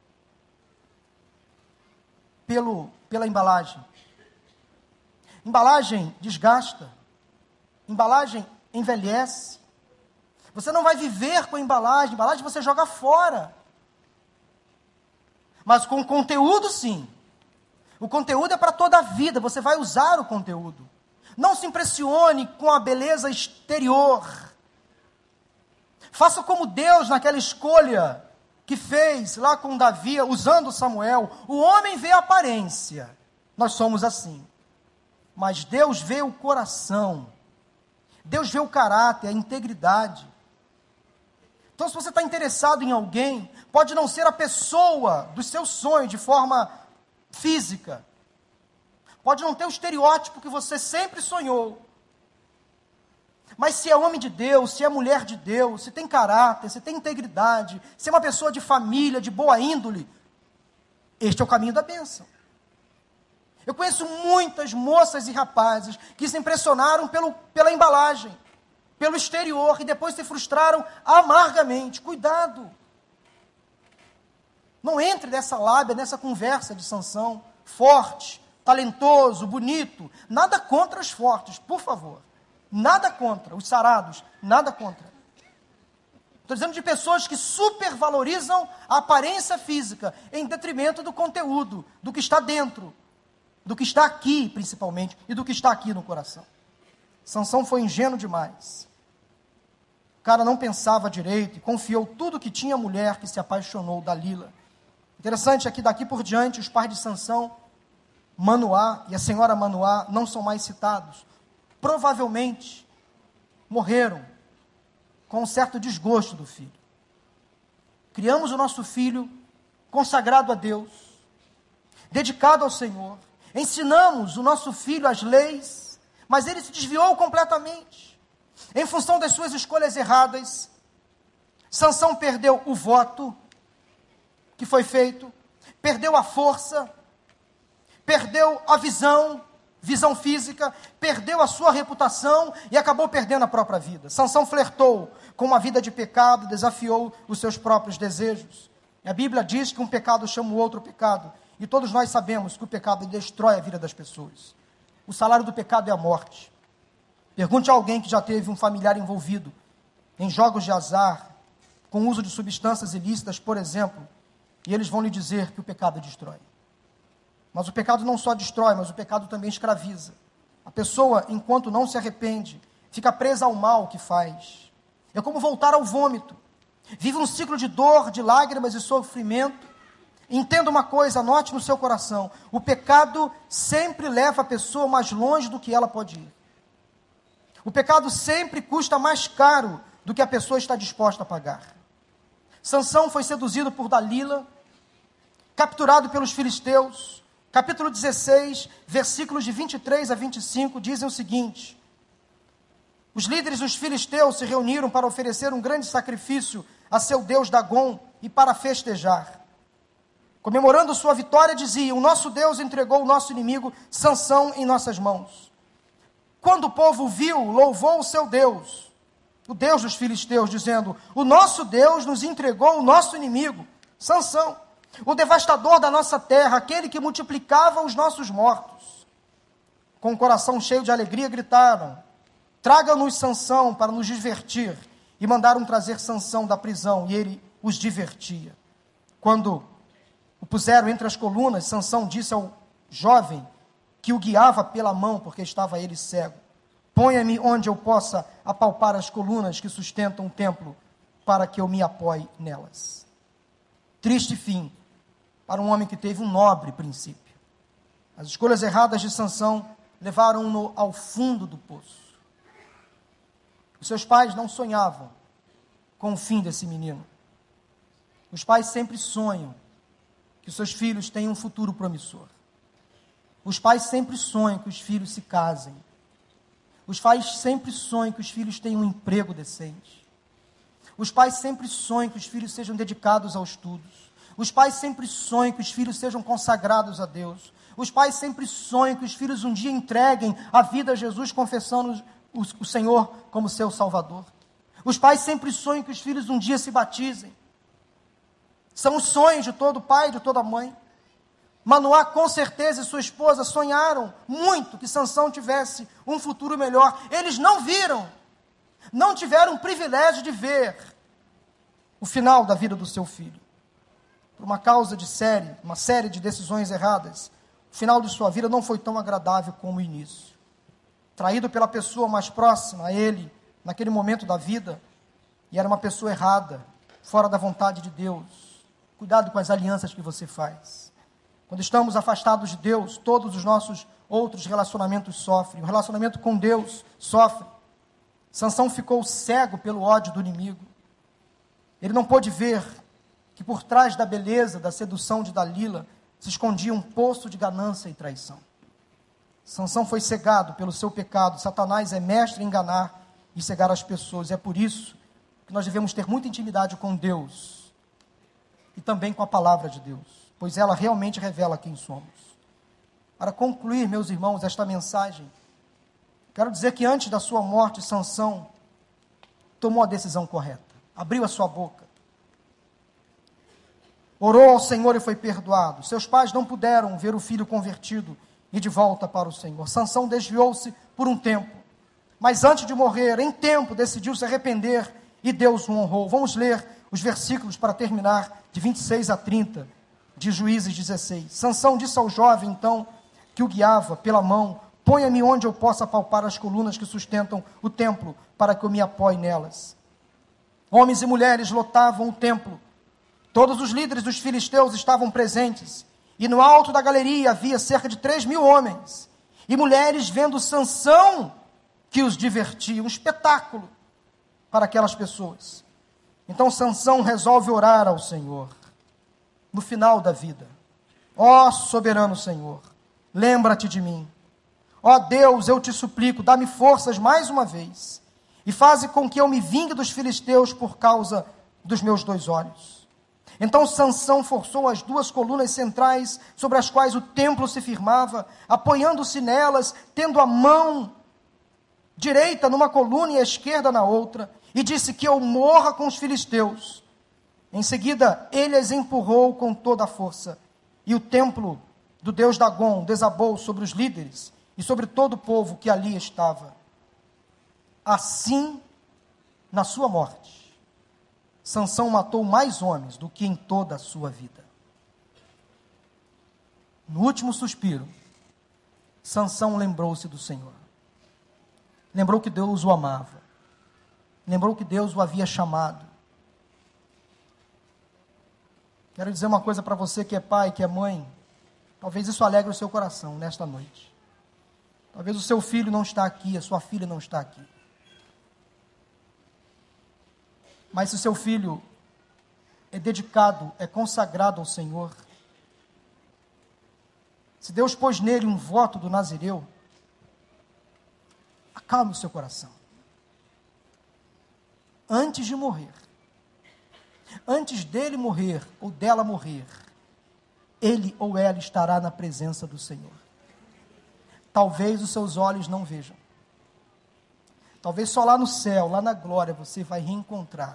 pelo, pela embalagem. Embalagem desgasta, embalagem envelhece. Você não vai viver com a embalagem, embalagem você joga fora. Mas com conteúdo, sim. O conteúdo é para toda a vida, você vai usar o conteúdo. Não se impressione com a beleza exterior. Faça como Deus naquela escolha que fez lá com Davi, usando Samuel. O homem vê a aparência, nós somos assim. Mas Deus vê o coração. Deus vê o caráter, a integridade. Então, se você está interessado em alguém, pode não ser a pessoa do seu sonho de forma física. pode não ter o estereótipo que você sempre sonhou, mas se é homem de Deus, se é mulher de Deus, se tem caráter, se tem integridade, se é uma pessoa de família, de boa índole, este é o caminho da bênção. Eu conheço muitas moças e rapazes que se impressionaram pelo, pela embalagem, pelo exterior, e depois se frustraram amargamente. Cuidado! Não entre nessa lábia, nessa conversa de Sansão, forte, talentoso, bonito. Nada contra os fortes, por favor. Nada contra os sarados, nada contra. Estou dizendo de pessoas que supervalorizam a aparência física em detrimento do conteúdo, do que está dentro, do que está aqui, principalmente, e do que está aqui no coração. Sansão foi ingênuo demais. O cara não pensava direito e confiou tudo que tinha a mulher que se apaixonou, Dalila. Interessante é que daqui por diante os pais de Sansão, Manoá e a senhora Manoá, não são mais citados. Provavelmente morreram com um certo desgosto do filho. Criamos o nosso filho consagrado a Deus, dedicado ao Senhor. Ensinamos o nosso filho as leis, mas ele se desviou completamente. Em função das suas escolhas erradas, Sansão perdeu o voto que foi feito, perdeu a força, perdeu a visão, visão física, perdeu a sua reputação e acabou perdendo a própria vida. Sansão flertou com uma vida de pecado, desafiou os seus próprios desejos. E a Bíblia diz que um pecado chama o outro pecado, e todos nós sabemos que o pecado destrói a vida das pessoas. O salário do pecado é a morte. Pergunte a alguém que já teve um familiar envolvido em jogos de azar, com uso de substâncias ilícitas, por exemplo, e eles vão lhe dizer que o pecado destrói. Mas o pecado não só destrói, mas o pecado também escraviza. A pessoa, enquanto não se arrepende, fica presa ao mal que faz. É como voltar ao vômito. Vive um ciclo de dor, de lágrimas e sofrimento. Entenda uma coisa, anote no seu coração: o pecado sempre leva a pessoa mais longe do que ela pode ir. O pecado sempre custa mais caro do que a pessoa está disposta a pagar. Sansão foi seduzido por Dalila, capturado pelos filisteus. Capítulo dezesseis, versículos de vinte e três a vinte e cinco, dizem o seguinte: os líderes dos filisteus se reuniram para oferecer um grande sacrifício a seu deus Dagom e para festejar. Comemorando sua vitória, diziam: o nosso Deus entregou o nosso inimigo Sansão em nossas mãos. Quando o povo viu, louvou o seu Deus, o Deus dos filisteus, dizendo: o nosso Deus nos entregou o nosso inimigo, Sansão, o devastador da nossa terra, aquele que multiplicava os nossos mortos. Com o coração cheio de alegria, gritaram: traga-nos Sansão para nos divertir. E mandaram trazer Sansão da prisão, e ele os divertia. Quando o puseram entre as colunas, Sansão disse ao jovem que o guiava pela mão, porque estava ele cego: ponha-me onde eu possa apalpar as colunas que sustentam o templo, para que eu me apoie nelas. Triste fim para um homem que teve um nobre princípio. As escolhas erradas de Sansão levaram-no ao fundo do poço. Os seus pais não sonhavam com o fim desse menino. Os pais sempre sonham que os seus filhos tenham um futuro promissor. Os pais sempre sonham que os filhos se casem. Os pais sempre sonham que os filhos tenham um emprego decente. Os pais sempre sonham que os filhos sejam dedicados aos estudos. Os pais sempre sonham que os filhos sejam consagrados a Deus. Os pais sempre sonham que os filhos um dia entreguem a vida a Jesus, confessando o, o Senhor como seu Salvador. Os pais sempre sonham que os filhos um dia se batizem. São os sonhos de todo pai e de toda mãe. Manoá, com certeza, e sua esposa sonharam muito que Sansão tivesse um futuro melhor. Eles não viram, não tiveram o privilégio de ver o final da vida do seu filho. Por uma causa de série, uma série de decisões erradas, o final de sua vida não foi tão agradável como o início. Traído pela pessoa mais próxima a ele, naquele momento da vida, e era uma pessoa errada, fora da vontade de Deus. Cuidado com as alianças que você faz. Quando estamos afastados de Deus, todos os nossos outros relacionamentos sofrem. O relacionamento com Deus sofre. Sansão ficou cego pelo ódio do inimigo. Ele não pôde ver que por trás da beleza, da sedução de Dalila, se escondia um poço de ganância e traição. Sansão foi cegado pelo seu pecado. Satanás é mestre em enganar e cegar as pessoas. É por isso que nós devemos ter muita intimidade com Deus e também com a palavra de Deus, pois ela realmente revela quem somos. Para concluir, meus irmãos, esta mensagem, quero dizer que antes da sua morte, Sansão tomou a decisão correta. Abriu a sua boca. Orou ao Senhor e foi perdoado. Seus pais não puderam ver o filho convertido e de volta para o Senhor. Sansão desviou-se por um tempo, mas antes de morrer, em tempo, decidiu se arrepender e Deus o honrou. Vamos ler os versículos para terminar, de vinte e seis a trinta, de Juízes dezesseis. Sansão disse ao jovem, então, que o guiava pela mão: ponha-me onde eu possa palpar as colunas que sustentam o templo, para que eu me apoie nelas. Homens e mulheres lotavam o templo. Todos os líderes dos filisteus estavam presentes, e no alto da galeria havia cerca de três mil homens, e mulheres vendo Sansão, que os divertia, um espetáculo para aquelas pessoas. Então Sansão resolve orar ao Senhor, no final da vida: ó soberano Senhor, lembra-te de mim. Ó Deus, eu te suplico, dá-me forças mais uma vez, e faze com que eu me vingue dos filisteus por causa dos meus dois olhos. Então Sansão forçou as duas colunas centrais sobre as quais o templo se firmava, apoiando-se nelas, tendo a mão direita numa coluna e a esquerda na outra, e disse: que eu morra com os filisteus. Em seguida, ele as empurrou com toda a força, e o templo do deus Dagom desabou sobre os líderes e sobre todo o povo que ali estava. Assim, na sua morte, Sansão matou mais homens do que em toda a sua vida. No último suspiro, Sansão lembrou-se do Senhor. Lembrou que Deus o amava. Lembrou que Deus o havia chamado. Quero dizer uma coisa para você que é pai, que é mãe. Talvez isso alegre o seu coração nesta noite. Talvez o seu filho não está aqui, a sua filha não está aqui. Mas se o seu filho é dedicado, é consagrado ao Senhor, se Deus pôs nele um voto do Nazireu, acalme o seu coração. Antes de morrer, antes dele morrer ou dela morrer, ele ou ela estará na presença do Senhor. Talvez os seus olhos não vejam. Talvez só lá no céu, lá na glória, você vai reencontrar.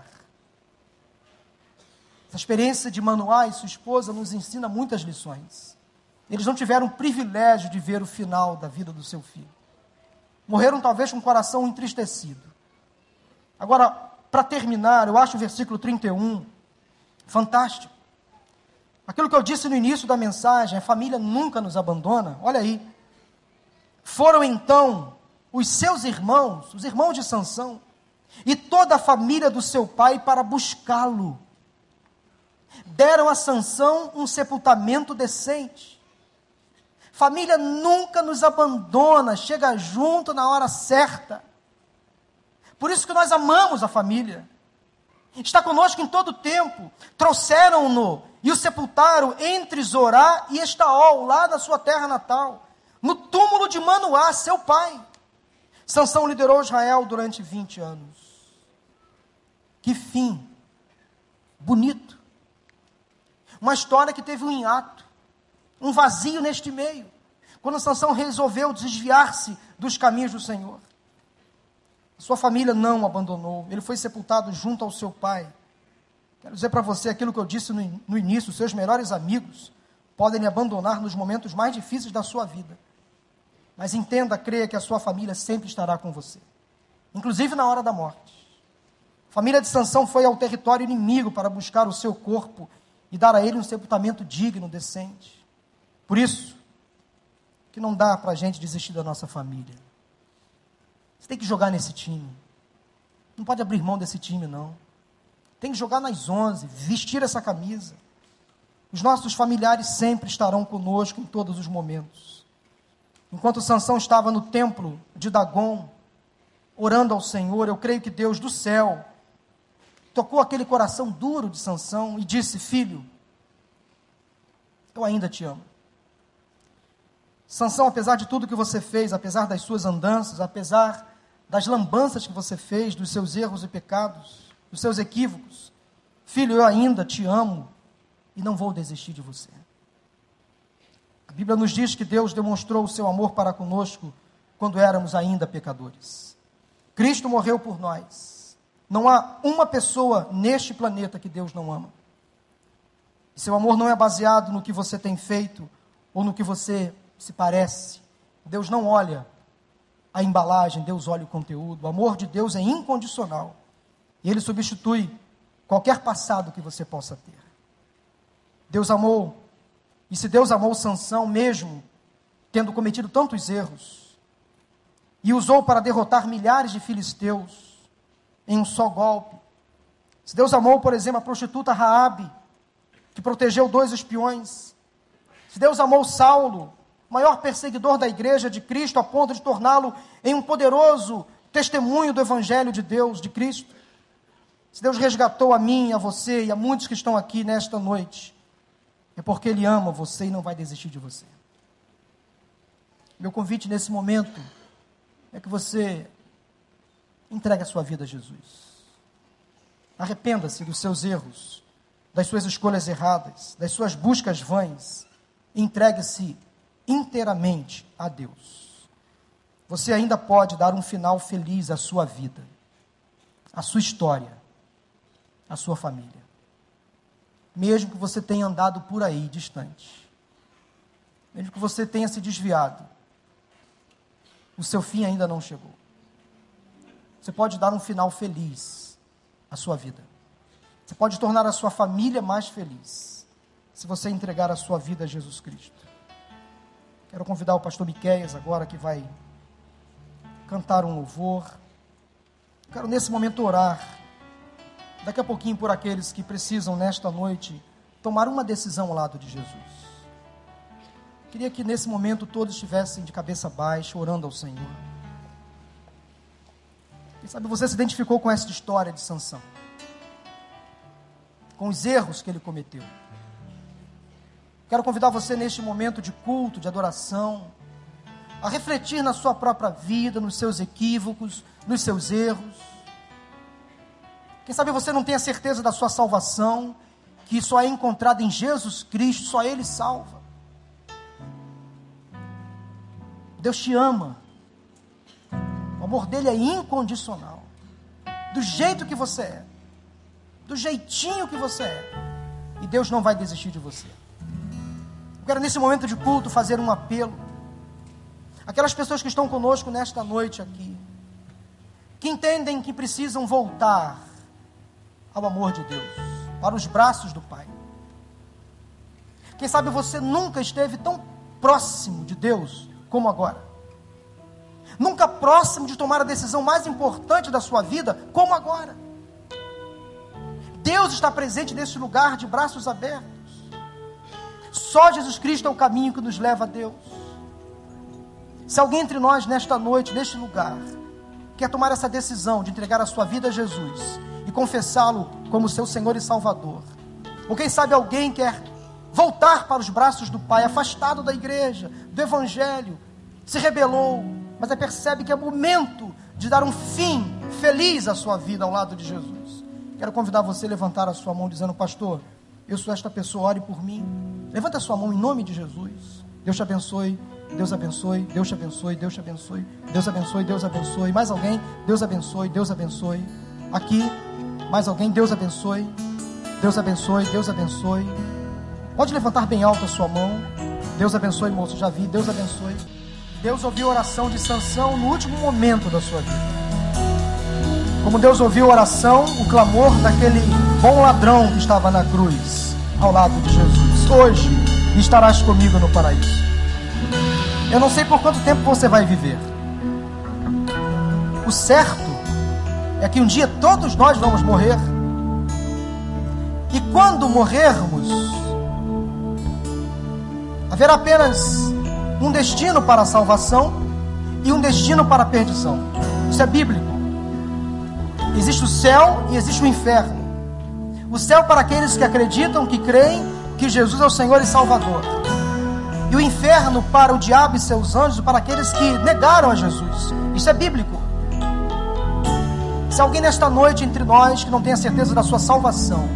Essa experiência de Manoá e sua esposa nos ensina muitas lições. Eles não tiveram o privilégio de ver o final da vida do seu filho. Morreram talvez com o coração entristecido. Agora, para terminar, eu acho o versículo trinta e um fantástico. Aquilo que eu disse no início da mensagem: a família nunca nos abandona. Olha aí. Foram então os seus irmãos, os irmãos de Sansão, e toda a família do seu pai para buscá-lo. Deram a Sansão um sepultamento decente. Família nunca nos abandona, chega junto na hora certa. Por isso que nós amamos a família. Está conosco em todo o tempo. Trouxeram-no e o sepultaram entre Zorá e Estaol, lá na sua terra natal, no túmulo de Manoá, seu pai. Sansão liderou Israel durante vinte anos. Que fim bonito. Uma história que teve um hiato, um vazio neste meio, quando Sansão resolveu desviar-se dos caminhos do Senhor. Sua família não o abandonou, ele foi sepultado junto ao seu pai. Quero dizer para você aquilo que eu disse no, no início: seus melhores amigos podem lhe abandonar nos momentos mais difíceis da sua vida. Mas entenda, creia que a sua família sempre estará com você, inclusive na hora da morte. A família de Sansão foi ao território inimigo para buscar o seu corpo e dar a ele um sepultamento digno, decente. Por isso que não dá para a gente desistir da nossa família. Você tem que jogar nesse time. Não pode abrir mão desse time, não. Tem que jogar nas onze, vestir essa camisa. Os nossos familiares sempre estarão conosco em todos os momentos. Enquanto Sansão estava no templo de Dagom, orando ao Senhor, eu creio que Deus do céu tocou aquele coração duro de Sansão e disse: filho, eu ainda te amo. Sansão, apesar de tudo que você fez, apesar das suas andanças, apesar das lambanças que você fez, dos seus erros e pecados, dos seus equívocos, filho, eu ainda te amo e não vou desistir de você. A Bíblia nos diz que Deus demonstrou o seu amor para conosco quando éramos ainda pecadores. Cristo morreu por nós. Não há uma pessoa neste planeta que Deus não ama. E seu amor não é baseado no que você tem feito ou no que você se parece. Deus não olha a embalagem, Deus olha o conteúdo. O amor de Deus é incondicional. E Ele substitui qualquer passado que você possa ter. Deus amou, e se Deus amou Sansão mesmo, tendo cometido tantos erros, e usou para derrotar milhares de filisteus em um só golpe. Se Deus amou, por exemplo, a prostituta Raabe, que protegeu dois espiões. Se Deus amou Saulo, maior perseguidor da igreja de Cristo, a ponto de torná-lo em um poderoso testemunho do evangelho de Deus, de Cristo. Se Deus resgatou a mim, a você e a muitos que estão aqui nesta noite, é porque Ele ama você e não vai desistir de você. Meu convite nesse momento é que você entregue a sua vida a Jesus. Arrependa-se dos seus erros, das suas escolhas erradas, das suas buscas vãs. Entregue-se inteiramente a Deus. Você ainda pode dar um final feliz à sua vida, à sua história, à sua família. Mesmo que você tenha andado por aí distante, mesmo que você tenha se desviado, o seu fim ainda não chegou. Você pode dar um final feliz à sua vida. Você pode tornar a sua família mais feliz, se você entregar a sua vida a Jesus Cristo. Quero convidar o pastor Miqueias agora, que vai cantar um louvor. Quero nesse momento orar, daqui a pouquinho, por aqueles que precisam nesta noite tomar uma decisão ao lado de Jesus. Queria que nesse momento todos estivessem de cabeça baixa, orando ao Senhor. Quem sabe você se identificou com essa história de Sansão, com os erros que ele cometeu. Quero convidar você neste momento de culto, de adoração, a refletir na sua própria vida, nos seus equívocos, nos seus erros. Quem sabe você não tem a certeza da sua salvação, que só é encontrada em Jesus Cristo, só Ele salva. Deus te ama. O amor dele é incondicional. Do jeito que você é. Do jeitinho que você é. E Deus não vai desistir de você. Eu quero nesse momento de culto fazer um apelo. Aquelas pessoas que estão conosco nesta noite aqui, que entendem que precisam voltar ao amor de Deus, para os braços do Pai. Quem sabe você nunca esteve tão próximo de Deus como agora. Nunca próximo de tomar a decisão mais importante da sua vida como agora. Deus está presente nesse lugar de braços abertos. Só Jesus Cristo é o caminho que nos leva a Deus. Se alguém entre nós nesta noite, neste lugar, quer tomar essa decisão de entregar a sua vida a Jesus e confessá-lo como seu Senhor e Salvador, ou quem sabe alguém quer voltar para os braços do Pai, afastado da igreja, do Evangelho, se rebelou, mas aí percebe que é momento de dar um fim feliz à sua vida ao lado de Jesus. Quero convidar você a levantar a sua mão dizendo: pastor, eu sou esta pessoa, ore por mim. Levanta a sua mão em nome de Jesus. Deus te abençoe, Deus abençoe, Deus te abençoe, Deus te abençoe, Deus abençoe, Deus abençoe. Mais alguém? Deus abençoe, Deus abençoe. Aqui, mais alguém? Deus abençoe, Deus abençoe, Deus abençoe. Pode levantar bem alto a sua mão. Deus abençoe, moço, já vi, Deus abençoe. Deus ouviu a oração de Sansão no último momento da sua vida. Como Deus ouviu a oração, o clamor daquele bom ladrão que estava na cruz, ao lado de Jesus. Hoje estarás comigo no paraíso. Eu não sei por quanto tempo você vai viver. O certo é que um dia todos nós vamos morrer. E quando morrermos, haverá apenas um destino para a salvação e um destino para a perdição. Isso é bíblico. Existe o céu e existe o inferno. O céu para aqueles que acreditam, que creem que Jesus é o Senhor e Salvador. e o inferno para o diabo e seus anjos, para aqueles que negaram a Jesus. Isso é bíblico. Se alguém nesta noite entre nós que não tem a certeza da sua salvação,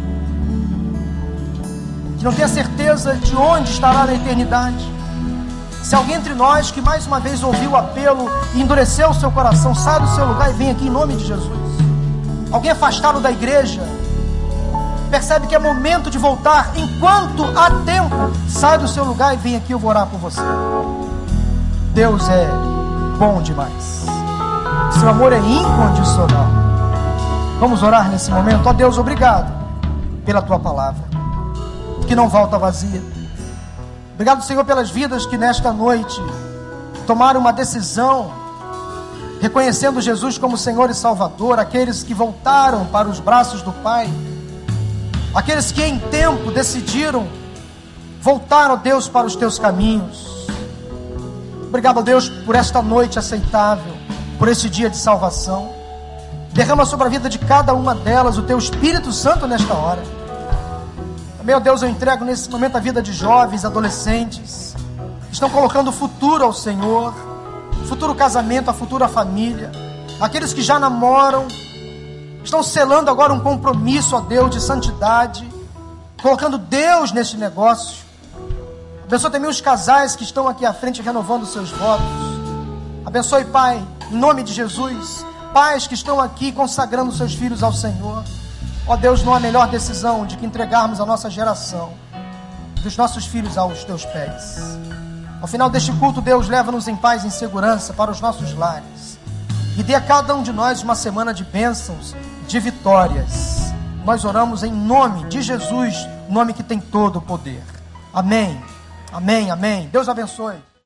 que não tem a certeza de onde estará na eternidade, se alguém entre nós que mais uma vez ouviu o apelo e endureceu o seu coração, sai do seu lugar e vem aqui em nome de Jesus. Alguém afastado da igreja, percebe que é momento de voltar enquanto há tempo, sai do seu lugar e vem aqui, eu vou orar por você. Deus é bom demais, seu amor é incondicional. Vamos orar nesse momento. Ó Deus, obrigado pela tua palavra, que não volta vazia. Obrigado, Senhor, pelas vidas que nesta noite tomaram uma decisão, reconhecendo Jesus como Senhor e Salvador, aqueles que voltaram para os braços do Pai, aqueles que em tempo decidiram voltar, ó Deus, para os teus caminhos. Obrigado, ó Deus, por esta noite aceitável, por este dia de salvação. Derrama sobre a vida de cada uma delas o teu Espírito Santo nesta hora. Meu Deus, eu entrego nesse momento a vida de jovens, adolescentes, que estão colocando o futuro ao Senhor, futuro casamento, a futura família, aqueles que já namoram, estão selando agora um compromisso, ó Deus, de santidade, colocando Deus neste negócio. Abençoe também os casais que estão aqui à frente renovando seus votos. Abençoe, Pai, em nome de Jesus, pais que estão aqui consagrando seus filhos ao Senhor. Ó Deus, não há melhor decisão de que entregarmos a nossa geração, dos nossos filhos aos teus pés. Ao final deste culto, Deus, leva-nos em paz e em segurança para os nossos lares, e dê a cada um de nós uma semana de bênçãos, de vitórias. Nós oramos em nome de Jesus, nome que tem todo o poder. Amém, amém, amém. Deus abençoe.